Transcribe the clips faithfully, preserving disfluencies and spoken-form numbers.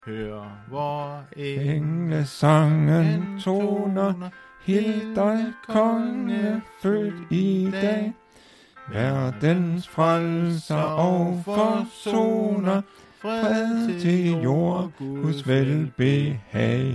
Hør, hvor englesangen toner, helt dig konge født i dag. Verdens frelser og forsoner, fred til jord, Guds velbehag.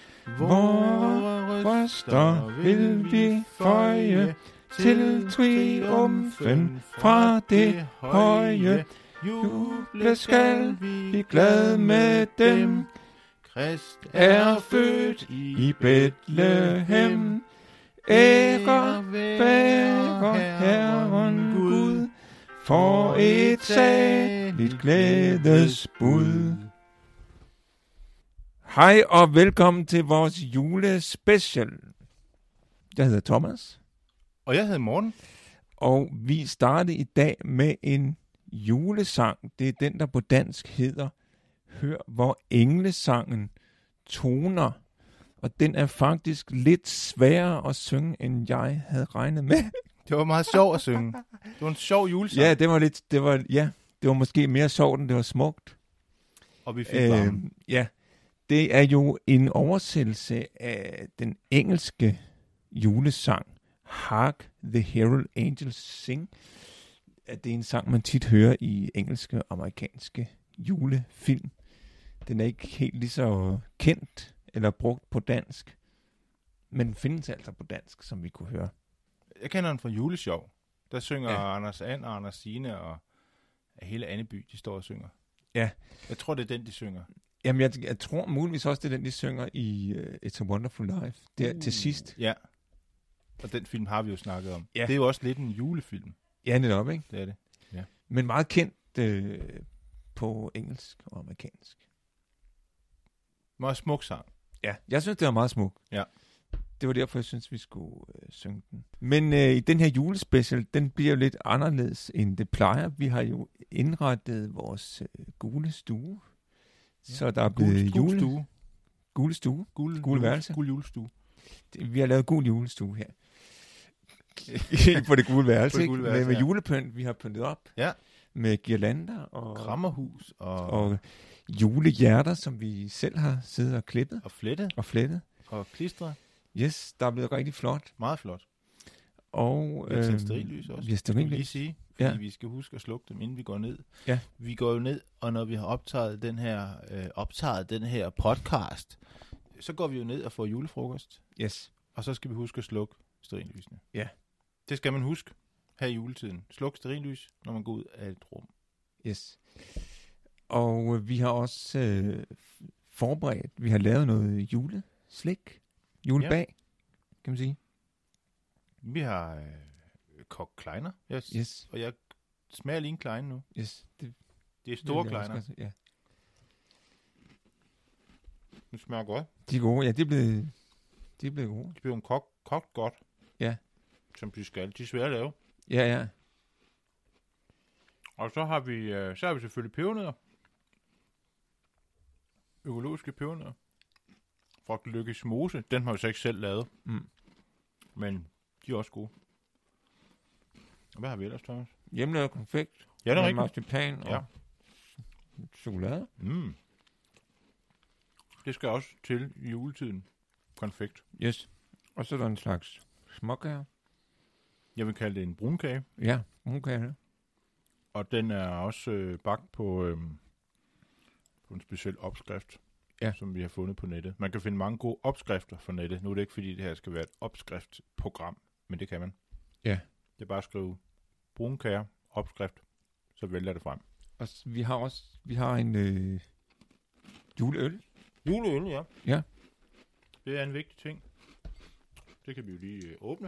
Vore røster vil vi føje til triumfen fra det høje. Juble skal vi glad med dem. Krist er født i Betlehem. Ære være Herren Gud for et saligt glædesbud. Hej og velkommen til vores julespecial. Jeg hedder Thomas. Og jeg hedder Morten. Og vi starter i dag med en julesang. Det er den, der på dansk hedder Hør, hvor englesangen toner. Og den er faktisk lidt sværere at synge, end jeg havde regnet med. Det var meget sjovt at synge. Det var en sjov julesang. Ja, det var lidt, det var, ja, det var måske mere sjovt, end det var smukt. Og vi fik varme. Øh, ja, det er jo en oversættelse af den engelske julesang Hark the Herald Angels Sing. Det er en sang, man tit hører i engelske og amerikanske julefilm. Den er ikke helt lige så kendt eller brugt på dansk, men den findes altså på dansk, som vi kunne høre. Jeg kender den fra Juleshow. Der synger Ja. Anders And og Anders Signe og hele Anneby, de står og synger. Ja. Jeg tror, det er den, de synger. Jamen, jeg, jeg tror muligvis også, det er den, de synger i uh, It's a Wonderful Life. Der Uh. til sidst. Ja. Og den film har vi jo snakket om. Ja. Det er jo også lidt en julefilm. Ja, netop, ikke? Det er det. Ja. Men meget kendt øh, på engelsk og amerikansk. Meget smuk sang. Ja, jeg synes, det var meget smuk. Ja. Det var derfor, jeg synes, vi skulle øh, synge den. Men øh, i den her julespecial, den bliver jo lidt anderledes, end det plejer. Vi har jo indrettet vores øh, gule stue. Ja. Så der er blevet Gul jule... stue. Gule stue. Gul, Gule værelse. Gul julestue. Det, vi har lavet gul julestue her. på det gule værelse, På det ikke? gule værelse, med, med ja. julepynt, vi har pyntet op. Ja. Med girlander og... Krammerhus og, og julehjerter, som vi selv har siddet og klippet og flette og flettet. og klistret. Yes, der er blevet rigtig flot. Meget flot. Og Vi har tændt øhm, stearinlys også. Vi har Skal vi lige stearinlys. sige, fordi Ja. vi skal huske at slukke dem, inden vi går ned. Ja. Vi går jo ned, og når vi har optaget den her, øh, optaget den her podcast, så går vi jo ned og får julefrokost, Yes. og så skal vi huske at slukke stearinlysene. Ja. Det skal man huske her i juletiden. Sluk stearinlys, når man går ud af et rum. Yes. Og øh, vi har også øh, forberedt, vi har lavet noget juleslik, julebag, ja. kan man sige. Vi har øh, kogt kleiner, jeg, Yes. og jeg smager lige en kleine nu. Yes. Det, Det er store det vil jeg kleiner. også godt- Ja. Det smager godt. De er gode, ja, det er blevet, de er blevet gode. De bliver kogt, kogt godt. Ja. Som de skal. De er svære at lave. Ja, ja. Og så har vi, øh, så har vi selvfølgelig pebernødder. Økologiske pebernødder. Fra Lykkes Mose. Den har vi så ikke selv lavet. Mm. Men de er også gode. Og hvad har vi ellers, Thomas? Hjemmelavet konfekt. Ja, det er med rigtigt. marcipan og Ja. chokolade. Mm. Det skal også til i juletiden. Konfekt. Yes. Og så er der en slags småkager. Jeg vil kalde det en brunkage. Ja, brunkager. Og den er også øh, bagt på, øh, på en speciel opskrift, Ja. som vi har fundet på nettet. Man kan finde mange gode opskrifter fra nettet. Nu er det ikke, fordi det her skal være et opskriftsprogram, men det kan man. Ja. Det er bare at skrive brunkager, opskrift, så vælger det frem. Og s- vi har også vi har en øh, juleøl. Juleøl, ja. Ja. Det er en vigtig ting. Det kan vi jo lige øh, åbne.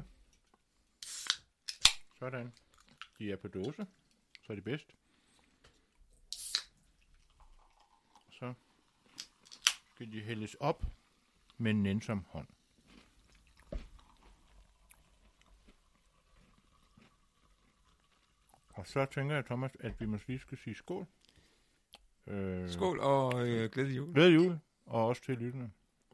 Sådan. De er på dåse. Så er de bedst. Så skal de hældes op med en nænsom hånd. Og så tænker jeg, Thomas, at vi måske lige skal sige skål. Øh, Skål og øh, glædelig jul. Glædelig jul, og også til lytterne.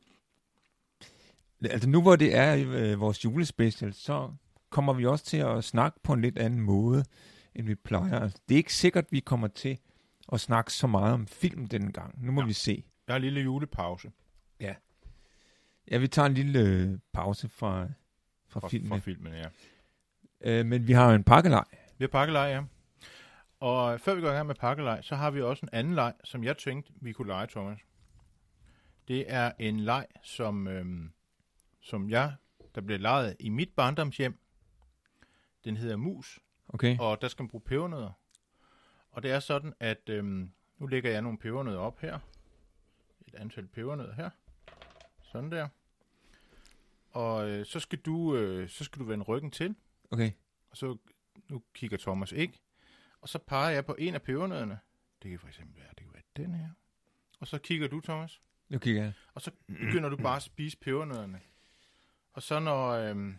Altså nu hvor det er øh, vores julespecial, så kommer vi også til at snakke på en lidt anden måde, end vi plejer. Altså, det er ikke sikkert, vi kommer til at snakke så meget om film denne gang. Nu må Ja. vi se. Jeg har en lille julepause Ja, vi tager en lille øh, pause fra, fra, fra, filmen. fra filmen, ja. Øh, men vi har jo en pakkelej. Vi har pakkelej, ja. Og før vi går i gang med pakkelej, så har vi også en anden leg, som jeg tænkte, vi kunne lege, Thomas. Det er en leg, som, øhm, som jeg, der blev leget i mit barndomshjem. Den hedder Mus, Okay. og der skal man bruge pebernødder. Og det er sådan, at øhm, nu lægger jeg nogle pebernødder op her. Et antal pebernødder her. Sådan der. Og øh, så skal du øh, så skal du vende ryggen til. Okay. Og så nu kigger Thomas ikke. Og så peger jeg på en af pebernødderne. Det kan for eksempel være, det kan være den her. Og så kigger du, Thomas. Nu kigger jeg. Og så begynder du bare at spise pebernødderne. Og så når... Øhm,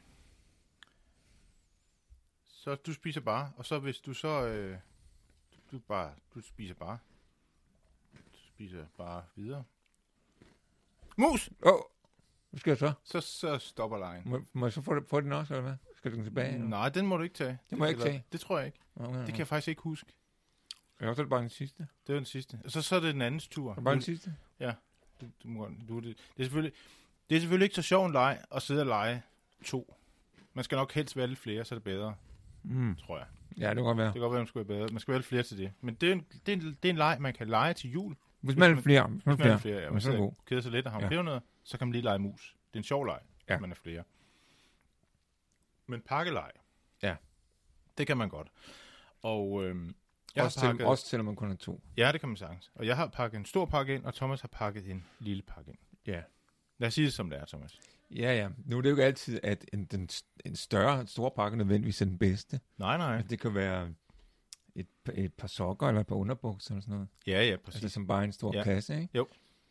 så du spiser bare. Og så hvis du så... Øh, du, bare, du spiser bare. Du spiser bare videre. Mus! Åh! Oh, hvad skal jeg så? Så, så stopper lejen. Må, må jeg så få, det, få den også, eller hvad? Skal den tilbage? eller? Nej, den må du ikke tage. Det må jeg ikke eller- tage? Det tror jeg ikke. Okay, Det kan jeg faktisk ikke huske. Ja, så er det bare den sidste. Det var den sidste. Og så, så er det den andens tur. Det er bare den Du- sidste. Du, du må, du, det, det, er selvfølgelig, det er selvfølgelig ikke så sjov en leg at sidde og lege to. Man skal nok helst være lidt flere, så er det bedre, Mm. tror jeg. Ja, det kan godt være. Det kan godt være, at man skal være bedre. Man skal være lidt flere til det. Men det er en, det er en, det er en leg, man kan lege til jul. Hvis man er man- flere. Hvis man Hvis er man er flere. flere, ja. Men Man så er det sidder god. og keder sig lidt og har Ja. ja. noget, så kan man lige lege mus. Det er en sjov leg, Ja. hvis man er flere. Men pakkelej, Ja. det kan man godt. Og øhm, jeg Også, har til, pakket, også selvom man kun er to. ja, det kan man sagtens. Og jeg har pakket en stor pakke ind, og Thomas har pakket en lille pakke ind. Ja. Lad os sige det, som det er, Thomas. Ja, ja. Nu er det jo ikke altid, at en, den, en større, store pakke nødvendigvis er den bedste. Nej, nej. Altså, det kan være et, et par sokker eller et par underbukser eller sådan noget. Ja, ja, præcis. Altså som bare en stor Ja. kasse, ikke? Jo.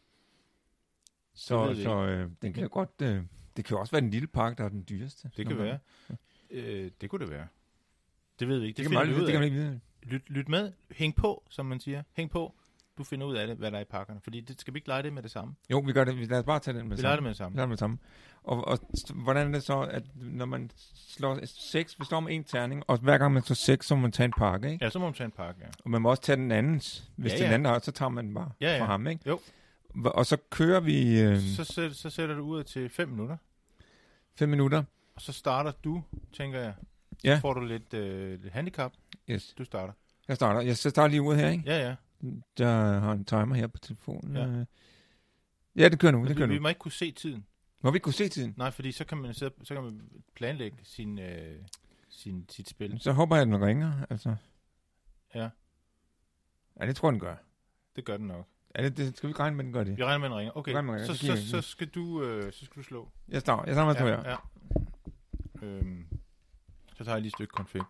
Så, ved vi så øh, den kan jo godt... Øh, det kan jo også være den lille pakke, der er den dyreste. Det kan Nogle være. Øh, det kunne det være. Det ved vi ikke. Det, Det, kan man finder vi aldrig, ud det kan af. man ikke vide. Lyt, lyt med. Hæng på, som man siger. Hæng på. Du finder ud af det, hvad der er i pakkerne. Fordi det skal vi ikke lege det med det samme. Jo, vi gør det. Vi Lad os bare tage den med Vi det leger det samme. med det samme. Vi leger det med det samme. Og, og s- hvordan er det så, at når man slår seks, vi står med en terning, og hver gang man slår seks, så må man tage en pakke, ikke? Ja, så må man tage en pakke, ja. Og man må også tage den andens. Hvis Ja, den ja. anden har, så tager man den bare Ja, ja. fra ham, ikke? Jo. Hva- Og så kører vi øh, Så, sæt, så sætter du ud til fem minutter. fem minutter. Og så starter du, tænker jeg. Ja. Så får du lidt, øh, lidt handicap. Yes. Du starter. Jeg starter. Jeg starter lige ud her, ikke? Ja, ja. Jeg har en timer her på telefonen. Ja. Ja, ja det kører nu. Det Vi, kører vi nu. må ikke kunne se tiden. Må vi ikke kunne se tiden? Nej, fordi så kan man, sidde, så kan man planlægge sin, øh, sin, sit spil. Så håber jeg, at den ringer, altså. Ja, Ja, det tror jeg, den gør. det gør den nok. Ja, det, det skal vi ikke regne med, den gør det. Vi regner med, at den ringer. Okay, Vi regner med, så, det giver så, vi. så, skal du, øh, så skal du slå. Jeg starter. Jeg starter med, tror jeg. ja. Øhm, så tager jeg lige et stykke konfekt.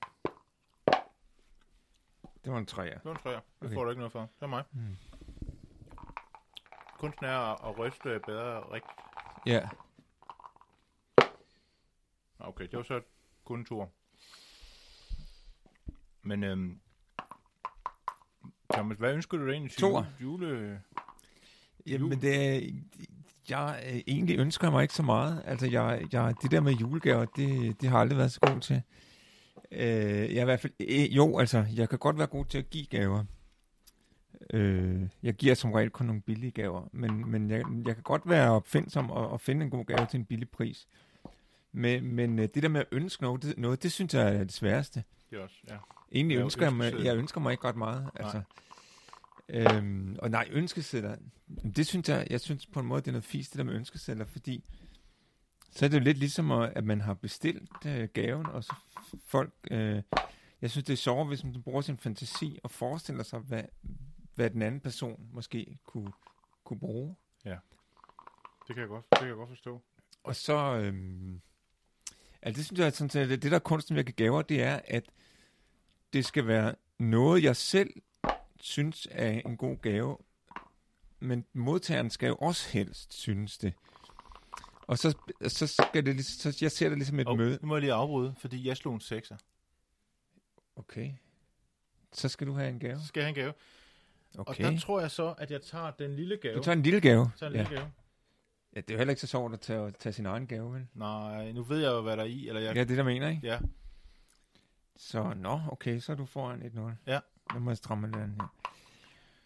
Det var en træer. Det var en træer. Det Okay. får du ikke noget for. Det er mig. Mm. Kunsten er at, at ryste bedre rigtigt. Ja. Okay, det var så kun en tur. Men øhm, Thomas, hvad ønsker du dig egentlig til Toer. jule? jule Jamen, det er... Jeg øh, egentlig ønsker mig ikke så meget. Altså, jeg, jeg, det der med julegaver, det, det har jeg aldrig været så god til. Øh, jeg er i hvert fald... Øh, jo, altså, jeg kan godt være god til at give gaver. Øh, jeg giver som regel kun nogle billige gaver. Men, men jeg, jeg kan godt være opfindsom og, og finde en god gave til en billig pris. Men, men øh, det der med at ønske noget, det, noget, det synes jeg er det sværeste. Det er også, ja. Egentlig Ja, ønsker jeg mig, ønskeseddel. jeg ønsker mig ikke ret meget. Altså. Øhm, og nej, ønskesedler, det synes jeg, jeg synes på en måde, det er noget fisk, det der med ønskesedler, fordi så er det jo lidt ligesom, at, at man har bestilt øh, gaven, og så f- folk, øh, jeg synes det er sjovt, hvis man bruger sin fantasi og forestiller sig, hvad, hvad den anden person måske kunne, kunne bruge. Det kan jeg godt, det kan jeg godt forstå. Og så, øhm, altså det synes jeg, at sådan, at det der er kunsten ved at give gaver, det er, at det skal være noget, jeg selv synes er en god gave, men modtageren skal jo også helst synes det. Og så, så skal det ligesom, så jeg ser det ligesom et Og møde. nu må jeg lige afbryde, fordi jeg slog en sekser. Okay. Så skal du have en gave. Så skal jeg have en gave. Okay. Og der tror jeg så, at jeg tager den lille gave. Du tager en lille gave. tager en Ja. lille gave. Ja, det er jo heller ikke så sjovt at tage, at tage sin egen gave, vel? Nej, nu ved jeg jo, hvad der er i. Eller jeg, Ja, det er det, der mener, ikke? ja. Så, nå, okay, så er du foran et nul. Ja. Nu må jeg stramme den her.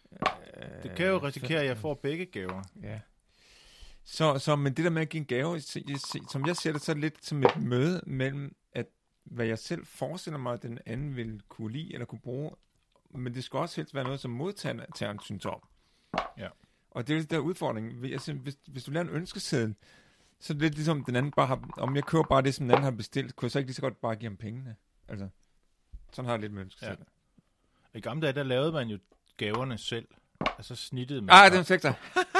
Det kan jo risikere, at jeg får begge gaver. Ja. Så, så men det der med at give en gave, som jeg ser det, så er det lidt som et møde mellem, at hvad jeg selv forestiller mig, at den anden vil kunne lide eller kunne bruge, men det skal også helst være noget, som modtageren synes om. Ja. Og det er jo det der udfordring. Hvis, hvis, hvis du laver en ønskeseddel, så er det lidt ligesom, den anden bare har, om jeg køber bare det, som den anden har bestilt, kunne jeg så ikke lige så godt bare give ham pengene. Altså, sådan har jeg lidt med ønskeseddel. Ja. I gamle dage, der lavede man jo gaverne selv. Altså snittede man. Ah, den sektor.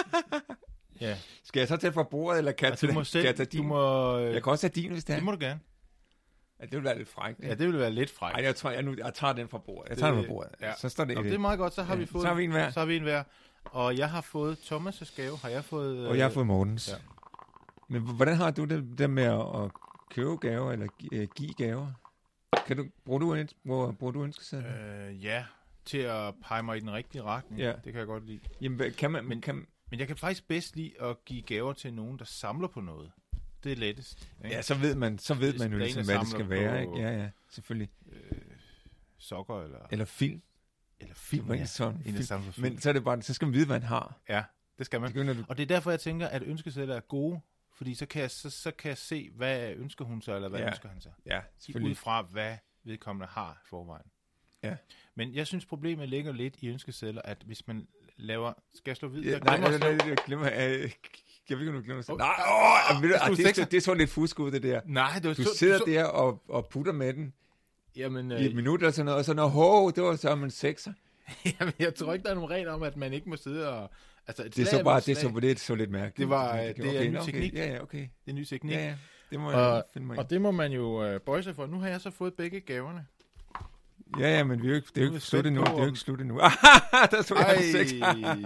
Ja. Skal jeg så tage fra bordet, eller kan, altså, du må selv, kan jeg tage din? Du må, jeg kan også tage din, hvis det er. Det må du gerne. Ja, det vil være lidt frækt. Ja, det vil være lidt frækt. Nej, jeg tror, jeg, nu, jeg tager den fra bordet. Jeg tager det, den fra bordet. Ja. Så står det Nå, i det. Det er meget godt, så har ja. vi fået. Så har vi en hver. Så har vi en hver. Og jeg har fået Thomas' gave. Har jeg fået? Og jeg har fået Mortens. Ja. Men hvordan har du det der med at, at købe gaver eller give, give gaver? Kan du bruger du en bruger, bruger du ønskesedlen? Øh, ja, til at pege mig i den rigtige retning. Ja. Det kan jeg godt lide. Jamen, kan man, men, kan, men jeg kan faktisk bedst lide at give gaver til nogen, der samler på noget. Det er lettest. Ikke? Ja, så ved man, så ved man jo ligesom, hvad det skal være, ikke? Ja, ja, selvfølgelig. Øh, sokker eller... Eller film. Eller film, ja. Sådan, film. film. Men så er det bare, så skal man vide, hvad man har. Ja, det skal man. Det du... Og det er derfor, jeg tænker, at ønskesedler er gode, fordi så kan jeg, så, så kan jeg se, hvad ønsker hun sig, eller hvad ja. ønsker han sig. Ja, selvfølgelig. Ud fra, hvad vedkommende har i forvejen. Ja. Men jeg synes, problemet ligger lidt i ønskesedler, at hvis man laver... Skal jeg slå videre? Ja, nej, nej, nej, nej, jeg glemmer... Øh, jeg ved ikke, om du glemmer sig. Nej, åh, ved du, ah, det, det, det er så lidt fusk ud, det der. Nej, det var du så, sidder så... der og, og putter med den Jamen, øh... i et minut og sådan noget, og så når, hov, det var så om en sekser. Jamen, jeg tror ikke, der er nogen regler om, at man ikke må sidde og... Altså, et det er så bare, det er så, det er så lidt mærkeligt. Det var, det, det er okay, en ny okay, teknik. Ja, ja, okay. Det er en ny teknik. Ja, ja, det må og, jeg finde mig Og det må man jo øh, bøje sig for. Nu har jeg så fået begge gaverne. Ja, ja, men vi er jo ikke, det er jo ikke slut endnu. Det er jo ikke slut endnu. Der stod jeg en seks.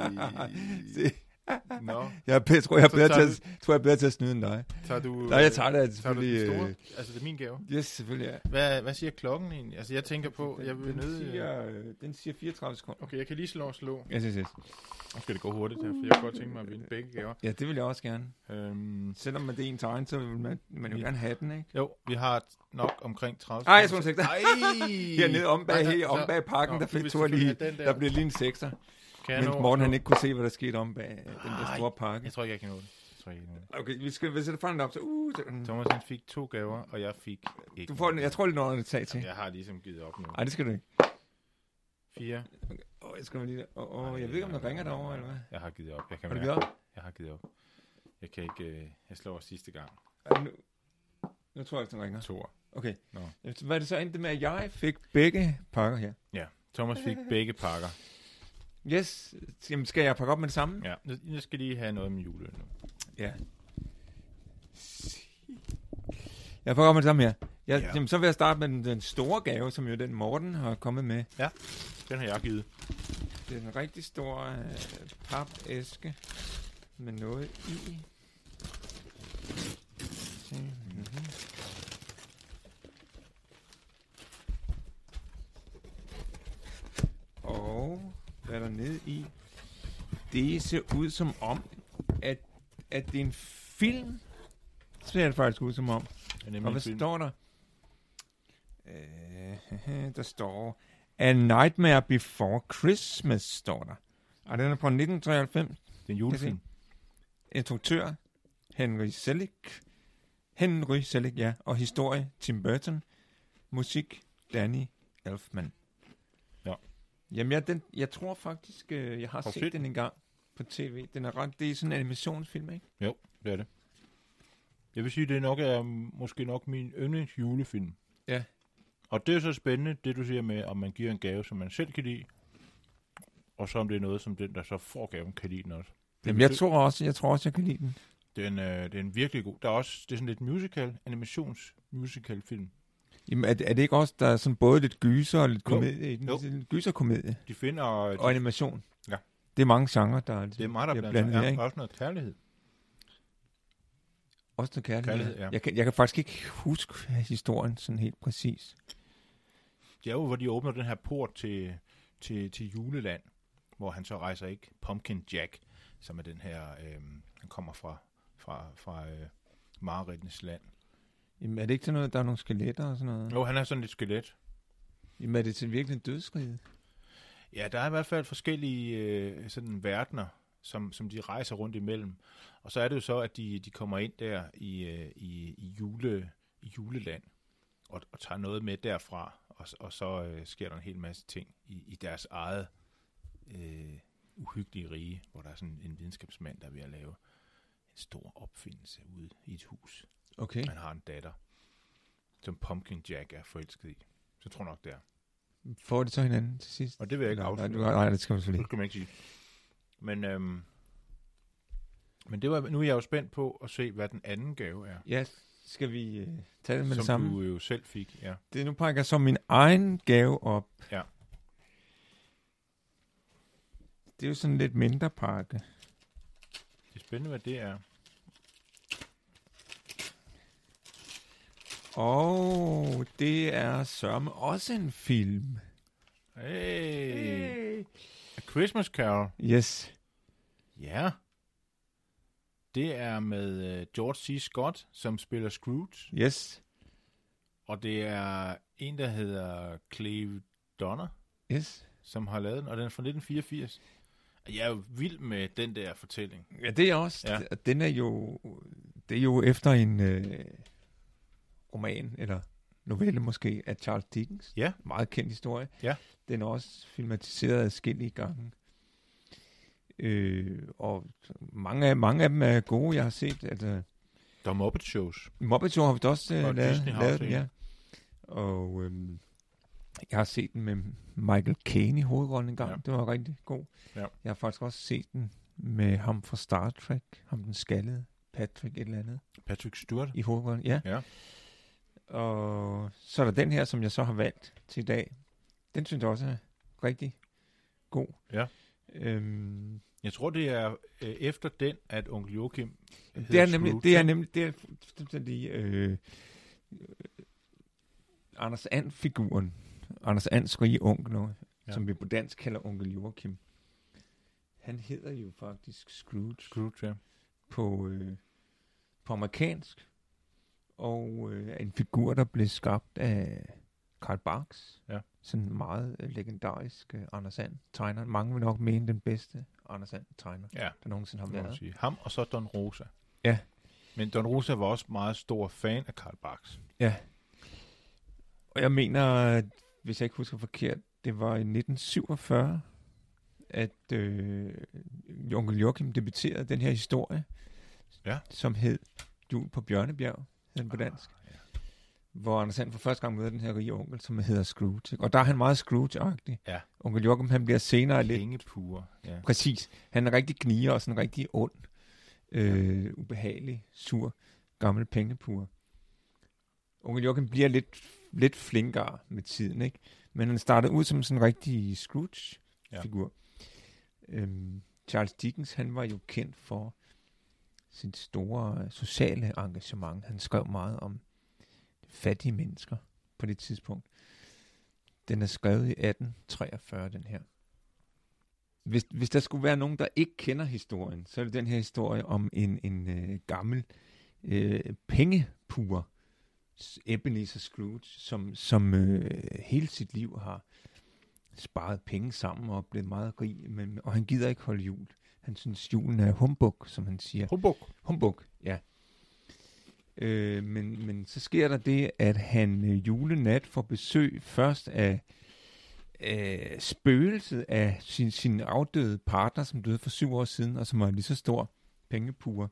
Nå. Jeg tror, jeg er bedre til, du... tror, jeg er bedre til at snyde end dig. Tager du, Nej, jeg tager det selvfølgelig. Tager du den store? Altså, det er min gave? Yes, selvfølgelig, ja. Hvad, hvad siger klokken egentlig? Altså, jeg tænker på, den, jeg vil den nøde... Siger, øh, den siger fireogtredive sekunder. Okay, jeg kan lige slå og slå. Yes, yes, yes. Nu skal det gå hurtigt her, for jeg kunne godt tænke mig at vinde begge gaver. Ja, det vil jeg også gerne. Øhm, Selvom man det er ens egen, så vil man, man jo ja. gerne have den, ikke? Jo, vi har nok omkring tredive sekunder. Ej, jeg tror en sekser. Ej! Hernede om bag, her, om bag pakken, der fik to lige, der. der blev lige en sekser. Men Morten han ikke kunne se, hvad der skete om bag den der store pakke. Jeg tror ikke, jeg kan nå det. Jeg tror ikke, jeg kan nå det. Okay, vi skal sætte foran op, så... Uh, så Thomas han fik to gaver, og jeg fik ikke. Du får den, jeg tror, det er noget, det tager til. Jamen, jeg har ligesom givet op nu. Nej, det skal du ikke. Fire. Åh, okay. oh, jeg skal lige... Åh, oh, oh, jeg ved ikke, om der ringer derovre, eller hvad? Jeg har givet op. Jeg kan har du givet op? Jeg har givet op. Jeg kan ikke... Øh, jeg slår sidste gang. Nu, nu tror jeg, at den ringer. To. Okay. Nå. Hvad er det så endte med, at jeg fik begge pakker her? Ja, Thomas fik begge pakker. Yes. Jamen, skal jeg pakke op med det samme? Ja, jeg skal lige have noget med juleøl nu. Ja. Jeg pakker op med det samme her. Jeg, ja. Jamen, så vil jeg starte med den, den store gave, som jo den Morten har kommet med. Ja, den har jeg givet. Det er en rigtig stor øh, papæske med noget i. Mm-hmm. Og hvad er der nede i? Det ser ud som om, at, at det er en film. Så ser det faktisk ud som om. Og hvad står der? Øh, der står A Nightmare Before Christmas, står der. Og den er fra nitten treoghalvfems. Det er en julefilm. Instruktør Henry Selick. Henry Selick, ja. Og historie Tim Burton. Musik Danny Elfman. Ja. Jamen, jeg, den, jeg tror faktisk, øh, jeg har Hvor set fedt. den en gang på tv. Den er ret, det er sådan en animationsfilm, ikke? Jo, det er det. Jeg vil sige, det er nok er måske nok min yndlings julefilm. Ja. Og det er så spændende, det du siger med, om man giver en gave, som man selv kan lide, og så om det er noget, som den, der så får gaven, kan lide den også. Jamen, jeg tror også, jeg tror også, jeg kan lide den. Det er en, øh, det er en virkelig god. Der er også, det er sådan lidt musical, animations-musical film. Jamen, er, er det ikke også, der er sådan både lidt gyser og lidt komedie? Jo. Lidt gyserkomedie. De finder... Og, og animation. Ja. Det er mange genrer, der det er meget, der bliver blandet. Ja, ikke? Også noget kærlighed. Også noget kærlighed, kærlighed ja. jeg, kan, jeg kan faktisk ikke huske historien sådan helt præcis. Det er jo, hvor de åbner den her port til, til, til juleland, hvor han så rejser ikke Pumpkin Jack, som er den her, øh, han kommer fra, fra, fra øh, Mareridtens land. Jamen er det ikke til noget, der er nogle skeletter og sådan noget? Jo, han er sådan lidt skelet. Jamen er det til virkelig en dødsride? Ja, der er i hvert fald forskellige øh, sådan verdener, som, som de rejser rundt imellem. Og så er det jo så, at de, de kommer ind der i, øh, i, i, jule, i juleland og, og tager noget med derfra. Og, og så øh, sker der en hel masse ting i, i deres eget øh, uhyggelige rige, hvor der er sådan en videnskabsmand, der er ved at lave en stor opfindelse ude i et hus. Okay. Han har en datter, som Pumpkin Jack er forelsket i. Så tror jeg nok, det er. Får det så hinanden til sidst? Og det vil jeg ikke nej, afsløre. nej, nej, det skal man Det selvfølgelig skal man ikke sige. Men, øhm, men det var, nu er jeg jo spændt på at se, hvad den anden gave er. Ja, skal vi øh, tage det med som det samme? du jo selv fik, ja. Det nu pakker så min egen gave op. Ja. Det er jo sådan lidt mindre pakke. Det er spændende, hvad det er. Og det er sørme også en film. Hey! Hey. A Christmas Carol. Yes. Ja. Det er med uh, George C. Scott, som spiller Scrooge. Yes. Og det er en, der hedder Clive Donner, Yes. som har lavet den, og den er fra nitten fireogfirs. Jeg er jo vild med den der fortælling. Ja, det er også. Ja. Ja. Den er jo, det er jo efter en øh, roman, eller novelle måske, af Charles Dickens. Ja. Meget kendt historie. Ja. Den er også filmatiseret adskillige gange. Øh, og mange af, mange af dem er gode, jeg har set. Altså, Der er Muppet Shows. Muppet Show har vi også øh, Og lavet, Disney har lavet også den, en. ja. Og øhm, jeg har set den med Michael Caine i hovedrollen en gang. Ja. Det var rigtig god. Ja. Jeg har faktisk også set den med ham fra Star Trek. Ham den skaldede. Patrick et eller andet. Patrick Stewart. I hovedrollen, ja. Ja. Og så er der den her, som jeg så har valgt til i dag. Den synes jeg også er rigtig god. Ja. Øhm, Jeg tror, det er øh, efter den, at onkel Joachim det er nemlig, Scrooge. det er nemlig, det er fuldstændig øh, øh, Anders And-figuren. Anders Ands rige onkel, ja. Ja. Som vi på dansk kalder onkel Joachim. Han hedder jo faktisk Scrooge, Scrooge, ja. på, øh, på amerikansk. Og øh, en figur, der blev skabt af Karl Barks. Ja. Sådan en meget øh, legendarisk øh, Anders And-tegner. Mange vil nok mene den bedste Anders And-tegner, Ja, der nogensinde har må man været. sige. Ham og så Don Rosa. Ja. Men Don Rosa var også meget stor fan af Karl Barks. Ja. Og jeg mener, hvis jeg ikke husker forkert, det var i nitten syvogfyrre, at øh, onkel Joachim debuterede den her historie, Ja. som hed Jul på Bjørnebjerg, hed den på dansk. Ah, ja. Hvor Anders And for første gang møder den her rige onkel, som hedder Scrooge. Ikke? Og der er han meget Scrooge-agtig. Ja. Onkel Joachim, han bliver senere lidt... Pengepure. Ja. Præcis. Han er rigtig gnier og sådan rigtig ond, øh, ubehagelig, sur, gammel pengepur. Onkel Joachim bliver lidt, lidt flinkere med tiden, ikke? Men han startede ud som sådan en rigtig Scrooge-figur. Ja. Øhm, Charles Dickens, han var jo kendt for sit store sociale engagement. Han skrev meget om fattige mennesker på det tidspunkt. Den er skrevet i atten treogfyrre, den her. Hvis, hvis der skulle være nogen, der ikke kender historien, så er det den her historie om en, en øh, gammel øh, pengepur, Ebenezer Scrooge, som, som øh, hele sit liv har sparet penge sammen og blevet meget rig, men, og han gider ikke holde jul. Han synes, julen er humbug, som han siger. Humbug. Humbug, ja. Øh, men, men så sker der det, at han øh, julenat får besøg først af øh, spøgelset af sin, sin afdøde partner, som døde for syv år siden, og som var lige så stor pengepure.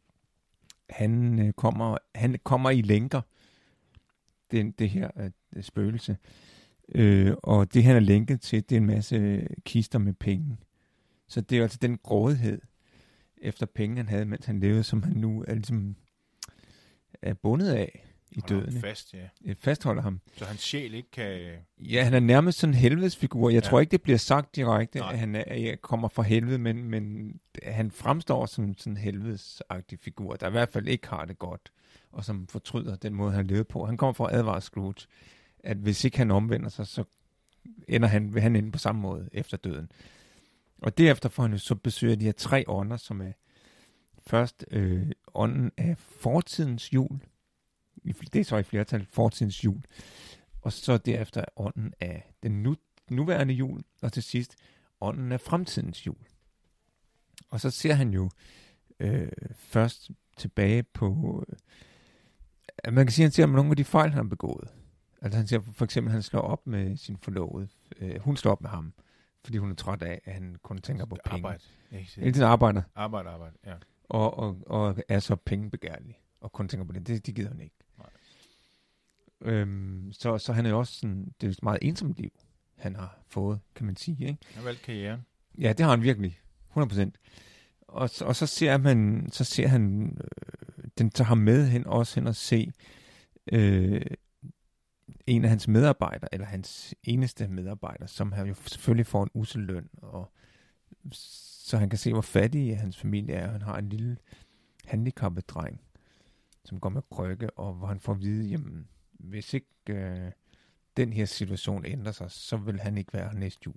Han, øh, kommer, han kommer i lænker, det, det her øh, spøgelse. Øh, og det, han er lænket til, det er en masse kister med penge. Så det er altså den grådighed efter penge, han havde, mens han levede, som han nu er ligesom er bundet af i døden. Fast, ja. Det fastholder ham. Så hans sjæl ikke kan... Ja, han er nærmest sådan en helvedesfigur. Jeg ja. tror ikke, det bliver sagt direkte, Nej. at han er, jeg kommer fra helvede, men, men han fremstår som sådan en helvedesagtig figur, der i hvert fald ikke har det godt, og som fortryder den måde, han levede på. Han kommer fra at advare Scrooge, at hvis ikke han omvender sig, så ender han, vil han ende på samme måde efter døden. Og derefter får han jo så besøg af de her tre ånder, som er først øh, ånden af fortidens jul. Det er så i flertal fortidens jul. Og så derefter ånden af den nuværende jul, og til sidst ånden af fremtidens jul. Og så ser han jo øh, først tilbage på, øh, man kan sige, at han ser nogle af de fejl, han har begået. Altså han ser for eksempel, at han slår op med sin forlovede. Øh, hun slår op med ham, fordi hun er træt af, at han kun tænker på penge. Arbejde. Hele tiden arbejder. Arbejde, arbejde, ja. Og, og, og er så pengebegærlig, og kun tænker på det. Det, det gider han ikke. Nej. Øhm, så, så han er jo også sådan, det er et meget ensomt liv, han har fået, kan man sige. Ikke? Han har valgt karrieren. Ja, det har han virkelig. hundrede procent. Og, og så ser man, så ser han, øh, den tager ham med hen, også hen og se øh, en af hans medarbejdere, eller hans eneste medarbejder, som han jo selvfølgelig får en usel løn, og så han kan se, hvor fattig hans familie er. Han har en lille handicappet dreng, som går med krykke, og hvor han får at vide, jamen, hvis ikke øh, den her situation ændrer sig, så vil han ikke være her næste jul.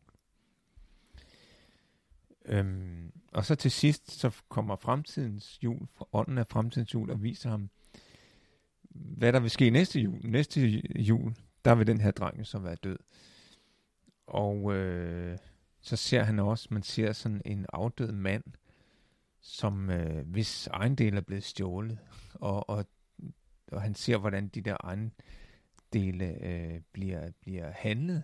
Øhm, og så til sidst, så kommer fremtidens jul, fra ånden af fremtidens jul, og viser ham, hvad der vil ske næste jul. Næste jul, der vil den her dreng så være død. Og øh, så ser han også, man ser sådan en afdød mand, som øh, hvis ejendele er blevet stjålet, og, og, og han ser, hvordan de der ejendele øh, bliver, bliver handlet,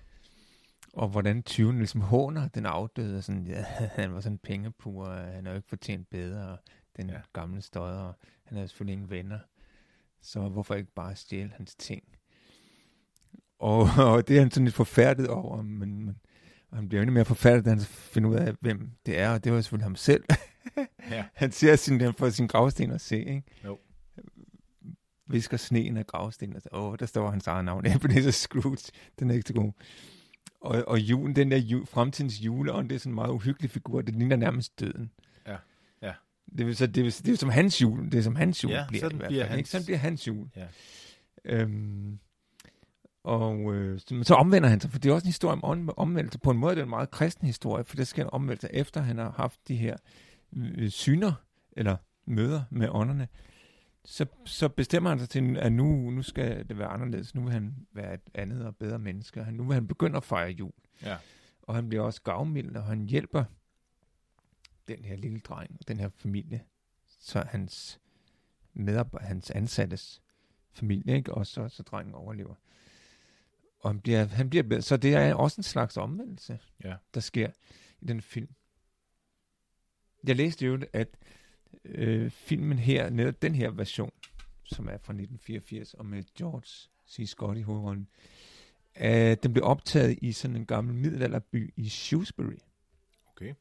og hvordan tyven ligesom håner den afdøde, og sådan, ja, han var sådan en pengepur, han har jo ikke fortjent bedre, den ja. gamle støder, han havde selvfølgelig ingen venner, så hvorfor ikke bare stjæle hans ting? Og, og det er han sådan lidt forfærdet over, men, men og han bliver endnu mere forfærdet, da han finder ud af, hvem det er, og det var selvfølgelig ham selv. Ja. Han ser sin, han får sin gravsten at se, ikke? Jo. Visker sneen af gravstenen, og så, åh, der står hans eget navn, Ebenezer Scrooge, den er ikke så god. Og, og julen, den der jul, fremtidens juleånd, det er sådan en meget uhyggelig figur, det ligner nærmest døden. Ja, ja. Det vil så, det, vil, det er som hans jul, det er som hans jul ja, bliver sådan i hvert bliver fald, hans... ikke? Sådan bliver hans jul. Ja. Øhm, og øh, så, så omvender han sig, for det er også en historie om om, omvendelse. På en måde det er en meget kristen historie, for det sker en omvendelse efter han har haft de her øh, syner, eller møder med ånderne. Så, så bestemmer han sig til, at nu, nu skal det være anderledes. Nu vil han være et andet og bedre menneske. Han, nu vil han begynde at fejre jul. Ja. Og han bliver også gavmild, og han hjælper den her lille dreng, den her familie, så hans medarbejder, hans ansattes familie, ikke? Og så, så drengen overlever. Og han bliver, han bliver bedre. Så det er også en slags omvendelse, ja. Der sker i den film. Jeg læste jo, at øh, filmen her, netop den her version, som er fra nitten fireogfirs, og med George C. Scott i hovedrollen, øh, den blev optaget i sådan en gammel middelalderby i Shrewsbury. Okay.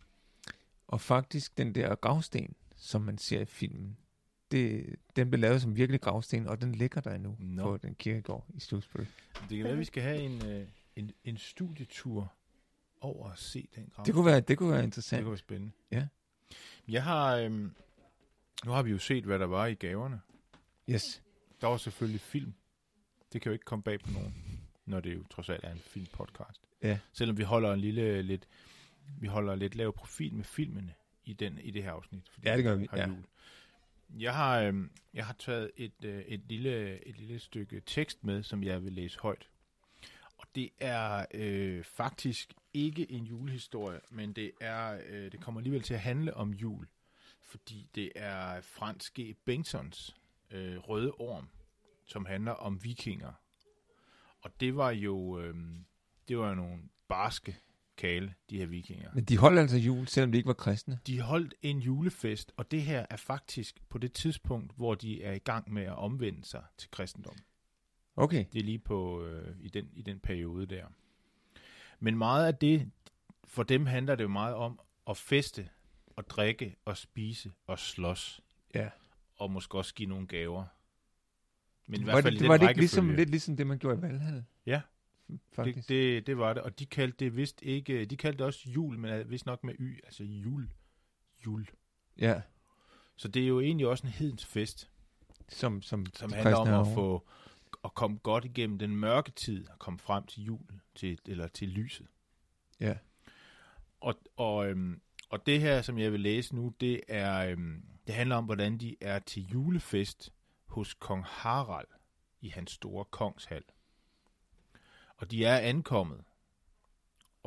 Og faktisk den der gravsten, som man ser i filmen, det, den blev lavet som virkelig gravsten, og den ligger der endnu no. på den kirkegård i Shrewsbury. Det kan være, at vi skal have en, en, en studietur over at se den gravsten. Det kunne være, det kunne være interessant. Det kunne være spændende. Ja. Jeg har, øhm, nu har vi jo set, hvad der var i gaverne. Yes. Der var selvfølgelig film. Det kan jo ikke komme bag på nogen, når det jo trods alt er en filmpodcast. Ja. Selvom vi holder en lille, lidt, vi holder lidt lav profil med filmene i, den, i det her afsnit. Ja, det gør vi. Ja. Jul. Jeg har, øhm, jeg har taget et, øh, et, lille, et lille stykke tekst med, som jeg vil læse højt. Og det er øh, faktisk ikke en julehistorie, men det er øh, det kommer alligevel til at handle om jul, fordi det er Frans G. Bengtssons øh, Røde Orm, som handler om vikinger. Og det var jo øh, det var nogle barske kale, de her vikinger. Men de holdt altså jul, selvom de ikke var kristne? De holdt en julefest, og det her er faktisk på det tidspunkt, hvor de er i gang med at omvende sig til kristendom. Okay. Det er lige på øh, i den i den periode der. Men meget af det, for dem handler det jo meget om at feste, og drikke, og spise, og slås. Ja. Og måske også give nogle gaver. Men i var hvert fald det, i den var det ikke ligesom, rækkefølge. lidt ligesom det, man gjorde i Valhall? Ja, faktisk. Det, det, det var det. Og de kaldte det vist ikke, de kaldte det også jul, men vist nok med y, altså jul. Jul. Ja. Så det er jo egentlig også en hedens fest. Som, som, som handler om at få at komme godt igennem den mørke tid og komme frem til jul, til, eller til lyset. Ja. Og, og, øhm, og det her, som jeg vil læse nu, det er øhm, det handler om, hvordan de er til julefest hos kong Harald i hans store kongshal. Og de er ankommet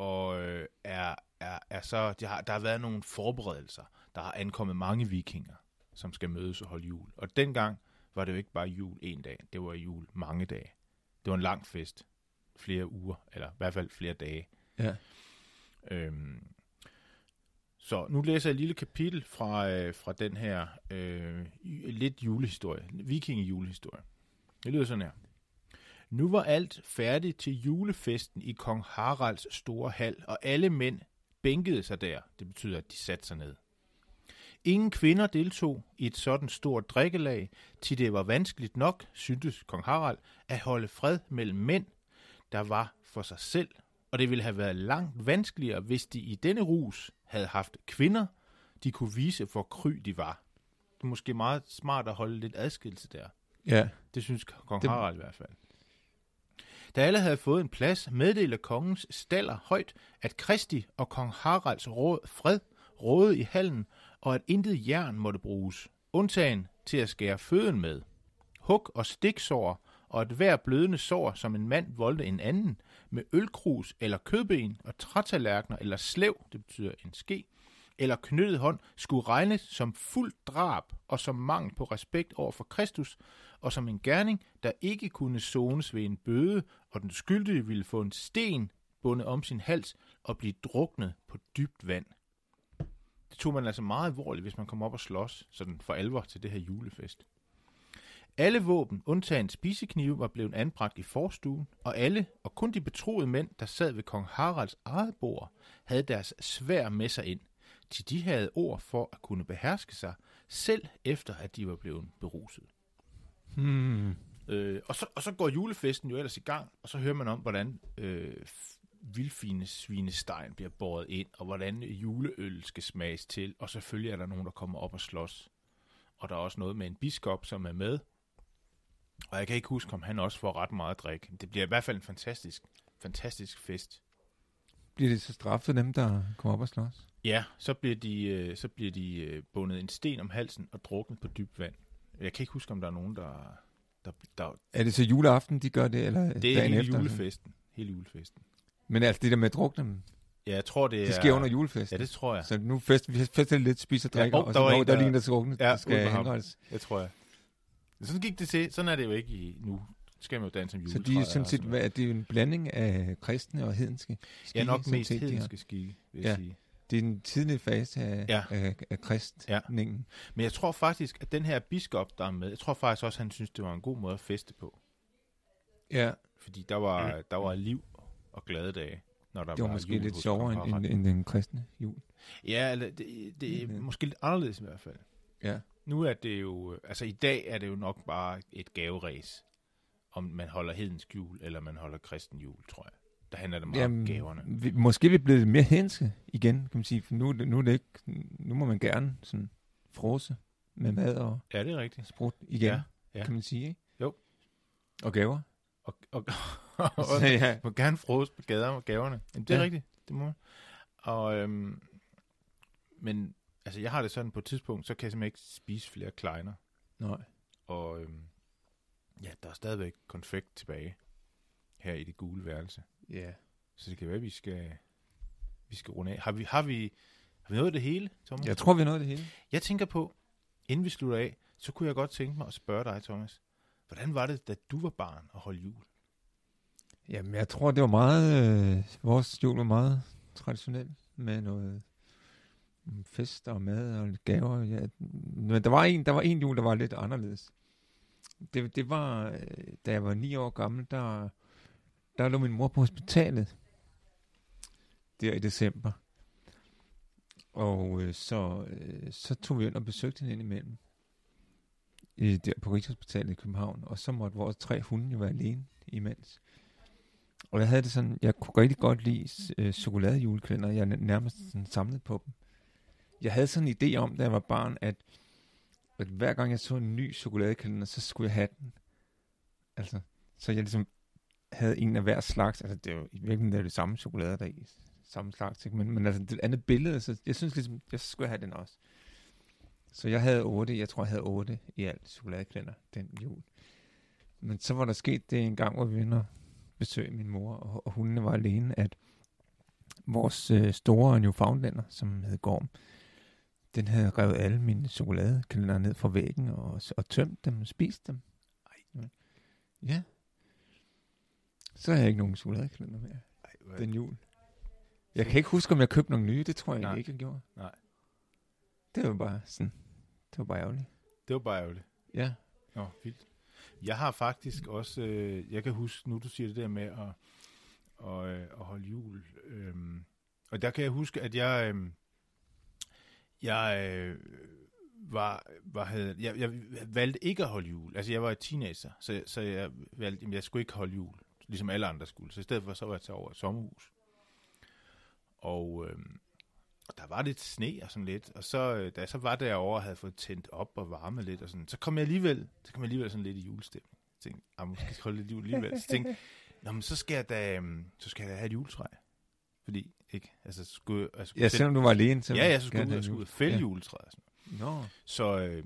og øh, er, er, er så, de har, der har været nogle forberedelser. Der har ankommet mange vikinger, som skal mødes og holde jul. Og dengang var det jo ikke bare jul en dag, det var jul mange dage. Det var en lang fest, flere uger, eller i hvert fald flere dage. Ja. Øhm, så nu læser jeg et lille kapitel fra, øh, fra den her øh, lidt julehistorie, vikingejulehistorie. Det lyder sådan her. Nu var alt færdigt til julefesten i kong Haralds store hal, og alle mænd bænkede sig der. Det betyder, at de satte sig ned. Ingen kvinder deltog i et sådan stort drikkelag, til det var vanskeligt nok, syntes kong Harald, at holde fred mellem mænd, der var for sig selv, og det ville have været langt vanskeligere, hvis de i denne rus havde haft kvinder, de kunne vise, hvor kry de var. Det er måske meget smart at holde lidt adskillelse der. Ja. Det synes kong Det- Harald i hvert fald. Da alle havde fået en plads, meddelte kongens staller højt, at Kristi og kong Haralds råd, fred rådede i hallen, og at intet jern måtte bruges, undtagen til at skære føden med. Hug og stiksår, og et hver blødende sår, som en mand voldte en anden, med ølkrus eller kødben og trætallerkener eller slev, det betyder en ske, eller knyttet hånd, skulle regnes som fuld drab og som mangel på respekt over for Kristus, og som en gerning, der ikke kunne sones ved en bøde, og den skyldige ville få en sten bundet om sin hals og blive druknet på dybt vand. Det tog man altså meget alvorligt, hvis man kom op og slås sådan for alvor til det her julefest. Alle våben, undtagen spiseknive, var blevet anbragt i forstuen, og alle, og kun de betroede mænd, der sad ved kong Haralds eget bord, havde deres svær med sig ind, til de havde ord for at kunne beherske sig, selv efter at de var blevet beruset. Hmm. Øh, og, så, og så går julefesten jo ellers i gang, og så hører man om, hvordan øh, vildfine svinestegen bliver båret ind, og hvordan juleøl skal smages til, og selvfølgelig er der nogen, der kommer op og slås. Og der er også noget med en biskop, som er med, og jeg kan ikke huske, om han også får ret meget drik. Det bliver i hvert fald en fantastisk, fantastisk fest. Bliver det så straffet dem, der kommer op og slås? Ja, så bliver de, øh, så bliver de øh, bundet en sten om halsen og druknet på dybt vand. Jeg kan ikke huske, om der er nogen, der... der, der Er det så juleaften, de gør det, eller det er dagen hele efter? julefesten. Hele julefesten. Men altså det der med at drukne dem, Ja, jeg tror, det, det er... sker under julefesten. Ja, det tror jeg. Så nu fest, vi fester lidt, spiser og Ja, drikker, og og der så var når en, der der- er en, der skal drukne, Ja, der ude skal på ham. henrettes. Jeg tror jeg. Men sådan gik det til. Sådan er det jo ikke i nu. Skal man jo danse som Så juletræer. de er sådan og set, sådan hvad, noget. er det en blanding af kristne og hedenske skikke? Ja, nok sådan mest set, de har? hedenske skikke, vil jeg Ja. sige. Det er en tidlig fase af, Ja. af, af kristningen. Men jeg tror faktisk, at den her biskop, der er med, jeg tror faktisk også, at han synes, det var en god måde at feste på. Ja, Fordi der var, der var liv og glade dage, når der det var var måske jul lidt hos sjovere kong end, Harald. end, end den kristne jul. Ja, eller det, det er Mhm. måske lidt anderledes i hvert fald. Ja. Nu er det jo, altså i dag er det jo nok bare et gaveræs, om man holder hedensk jul, eller man holder kristen jul, tror jeg. Der handler det meget om gaverne. vi, måske er vi blevet mere hedenske igen, kan man sige. For nu, er det- nu, er det ikke, nu må man gerne sådan frose med mad og Ja, det er rigtigt. sprut igen, Ja, ja. kan man sige, ikke? Jo. Og gaver. Og, og, og, Så, ja. må gerne frose på gader og gaverne. Jamen, det er Ja. rigtigt. Det må man. Og, øhm, men altså, jeg har det sådan på et tidspunkt, så kan jeg simpelthen ikke spise flere kleiner. Nej. Og øhm, ja, der er stadigvæk konfekt tilbage her i det gule værelse. Ja. Så det kan være, at vi skal, vi skal runde af. Har vi, har vi, har vi nået det hele, Thomas? Jeg tror, vi nåede det hele. Jeg tænker på, inden vi slutter af, så kunne jeg godt tænke mig at spørge dig, Thomas. Hvordan var det, da du var barn og holdt jul? Jamen, jeg tror, det var meget... Øh, vores jul var meget traditionel med noget mm, fest og mad og lidt gaver. Ja. Men der var en, der var en jul, der var lidt anderledes. Det, det var, øh, da jeg var ni år gammel, der, der lå min mor på hospitalet. Der i december. Og øh, så, øh, så tog vi ind og besøgte hende indimellem. I, der på Rigshospitalet i København. Og så måtte vores tre hunde jo være alene imens. Og jeg havde det sådan, jeg kunne rigtig godt lide øh, chokoladejulekalender. Jeg nærmest sådan samlede på dem. Jeg havde sådan en idé om, da jeg var barn, at, at hver gang jeg så en ny chokoladekalender, så skulle jeg have den. Altså, så jeg ligesom havde en af hver slags. Altså, det er jo i virkeligheden det, er det samme chokolade, der er i samme slags. Ikke? Men, men altså, det andet billede, så jeg synes ligesom, jeg skulle have den også. Så jeg havde otte, jeg tror, jeg havde otte i alt chokoladekalender den jul. Men så var der sket det en gang, hvor vi vinder besøge min mor, og, og hundene var alene, at, vores øh, store Newfoundlander, som hed Gorm, den havde revet alle mine chokoladekalender ned fra væggen og, og tømt dem og spist dem. Ej. Ja. Så har jeg ikke nogen chokoladekalender mere. Ej, den jul. Jeg kan ikke huske, om jeg købte nogle nye. Det tror jeg ikke, jeg gjorde. Nej. Det var bare sådan. Det var bare ærgerligt. Det var bare ærgerligt. Ja. Nå, vildt. Jeg har faktisk også, øh, jeg kan huske, nu du siger det der med at, og, øh, at holde jul. Øh, og der kan jeg huske, at jeg, øh, jeg øh, var, var havde, jeg, jeg valgte ikke at holde jul. Altså, jeg var teenager, så, så jeg valgte, at jeg skulle ikke holde jul, ligesom alle andre skulle. Så i stedet for, så var jeg taget over et sommerhus. Og, øh, og der var lidt sne og sådan lidt, og så, da jeg så var derovre og havde fået tændt op og varmet lidt, og sådan, så kom jeg alligevel, så kom jeg alligevel sådan lidt i julestemning. Jeg tænkte, ah, måske skal jeg holde lidt jul alligevel. Så tænkte nå, men så skal jeg da, så skal jeg da have et juletræ. Fordi, ikke? Altså, skulle, jeg skulle ja, selvom du var alene. Ja, jeg skulle ud og skulle fælde ja. juletræet. Nå. Så, øh,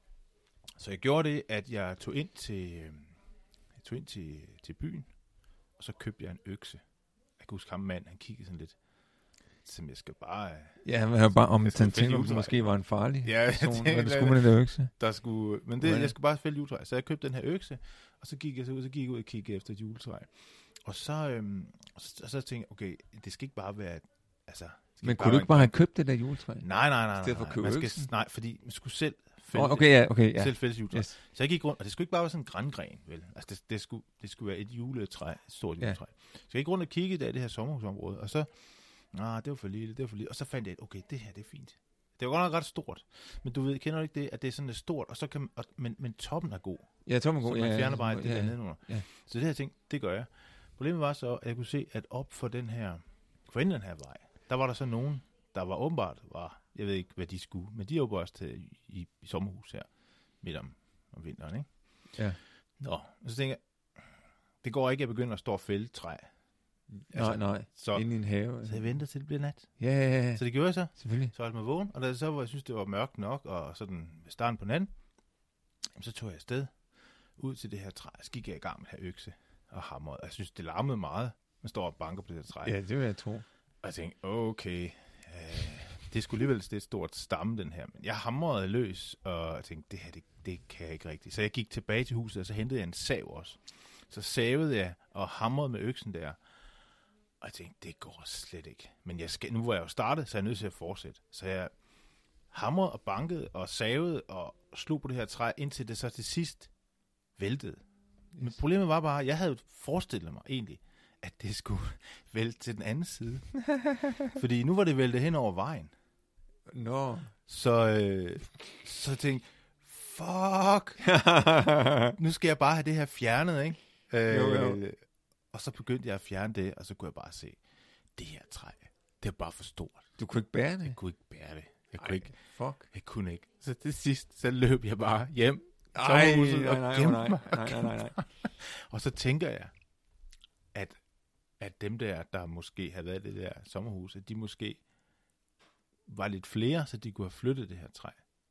så jeg gjorde det, at jeg tog ind til, øh, jeg tog ind til, til byen, og så købte jeg en økse. Jeg kan huske ham mand, han kiggede sådan lidt, som jeg skal bare... Ja, han var bare om han tænkte, at måske var en farlig ja, jeg person. tænkte, hvad der skulle med den der økse? Der skulle, men det, jeg skulle bare fælde juletræ. Så jeg købte den her økse, og så gik jeg så ud, så gik jeg ud og kiggede efter et juletræ. Og så, øhm, og så, og så tænkte jeg, okay, det skal ikke bare være... Altså, men kunne du ikke bare have købt det der juletræ? Nej, nej, nej. nej, nej, nej. For man skal, nej, fordi man skulle selv fælde oh, okay, ja, okay, ja. selv fælde juletræ. Yes. Så jeg gik rundt, og det skulle ikke bare være sådan en grangren, vel? Altså, det, det, skulle, det skulle være et juletræ, et stort juletræ. Ja. Så jeg gik rundt og kiggede der i det her sommerhusområde, og så... Nej, det var for lille, det var for lille. Og så fandt jeg, okay, det her, det er fint. Det var godt nok ret stort. Men du ved, kender du ikke det, at det er sådan lidt stort, og så kan, og, men, men toppen er god. Ja, toppen er god. Så man ja, fjerner bare ja, det ja, der nedenunder. Ja. Så det her ting, det gør jeg. Problemet var så, at jeg kunne se, at op for den her, for den her vej, der var der så nogen, der var åbenbart, var, jeg ved ikke, hvad de skulle, men de er jo bare til i, i sommerhus her, midt om, om vinteren, ikke? Ja. Nå, og så tænker jeg, det går ikke, at jeg begynder at stå og fælde træ. Altså, nej, nej. Så, inde i en have. Så jeg venter til det bliver nat. Ja, ja, ja. Så det gjorde jeg så. Selvfølgelig. Så holdt mig vågen, og da så var jeg synes det var mørkt nok, og sådan ved starten på natten, så tog jeg afsted ud til det her træ. Så gik jeg i gang med her økse og hamrede. Jeg synes, det larmede meget. Man står og banker på det her træ. Ja, det vil jeg tro. Og jeg tænkte, okay, øh, det skulle alligevel det et stort stamme, den her. Men jeg hamrede løs, og jeg tænkte, det her, det, det kan jeg ikke rigtigt. Så jeg gik tilbage til huset, og så hentede jeg en sav også. Så savede jeg og hamrede med øksen der. Og jeg tænkte, det går slet ikke. Men jeg skal, nu hvor jeg jo startet, så er jeg nødt til at fortsætte. Så jeg hamrede og bankede og savede og slog på det her træ, indtil det så til sidst væltede. Yes. Men problemet var bare, at jeg havde forestillet mig egentlig, at det skulle vælte til den anden side. Fordi nu var det væltet hen over vejen. Nå. No. Så, øh, så tænkte fuck, nu skal jeg bare have det her fjernet, ikke? Øh, jo, jo. Og så begyndte jeg at fjerne det, og så kunne jeg bare se, det her træ, det er bare for stort. Du kunne ikke bære det? Jeg kunne ikke bære det. Jeg kunne Ej, ikke. Fuck. Jeg kunne ikke. Så til sidst, så løb jeg bare hjem. Ej, og nej, nej, nej, nej, nej, nej, nej. Og så tænker jeg, at, at dem der, der måske havde været i det der sommerhus, at de måske var lidt flere, så de kunne have flyttet det her træ.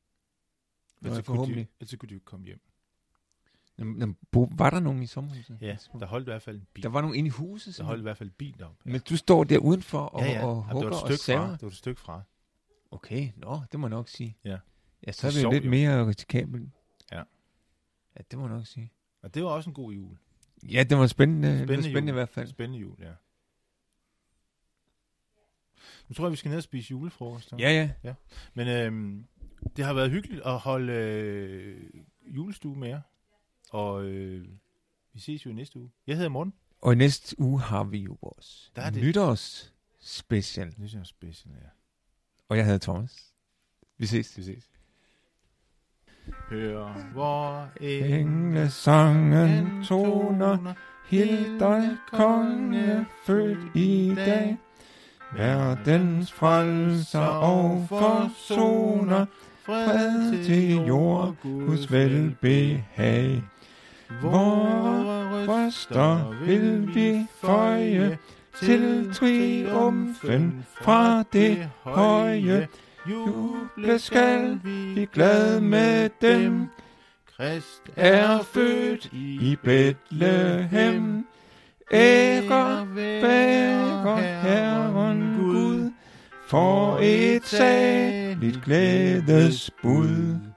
Nå, så kunne de, så kunne de jo komme hjem. Jamen, jamen, bo, var der nogen i sommerhuset? Ja, der holdt i hvert fald en bil. Der var nogen inde i huset? Der holdt i hvert fald en bil deroppe. Ja. Men du står der udenfor og, ja, ja. og hugger og saver? Det var et stykke fra. Okay, nå, det må jeg nok sige. Ja. Ja, så er det jo lidt jo. mere risikabelt. Ja. Ja, det må jeg nok sige. Og det var også en god jul. Ja, det var spændende. Spændende, det var spændende jul. i hvert fald. Spændende jul, ja. Nu tror jeg, vi skal ned og spise julefrokost. Så. Ja, ja. ja. Men øhm, det har været hyggeligt at holde øh, julestue med jer. Og øh, vi ses jo i næste uge. Jeg hedder Morten. Og i næste uge har vi jo vores nytårs special. Nytårs special, ja. Og jeg hedder Thomas. Vi ses. Vi ses. Hør hvor englesangen toner, hild dig konge født i dag. Verdens frelser og forsoner, fred til jord, Guds velbehag. Vore røster vil vi føje til triumfen fra det høje. Juble skal vi glad med dem. Krist er født i Bethlehem. Ære være Herren Gud. for et saligt glædesbud.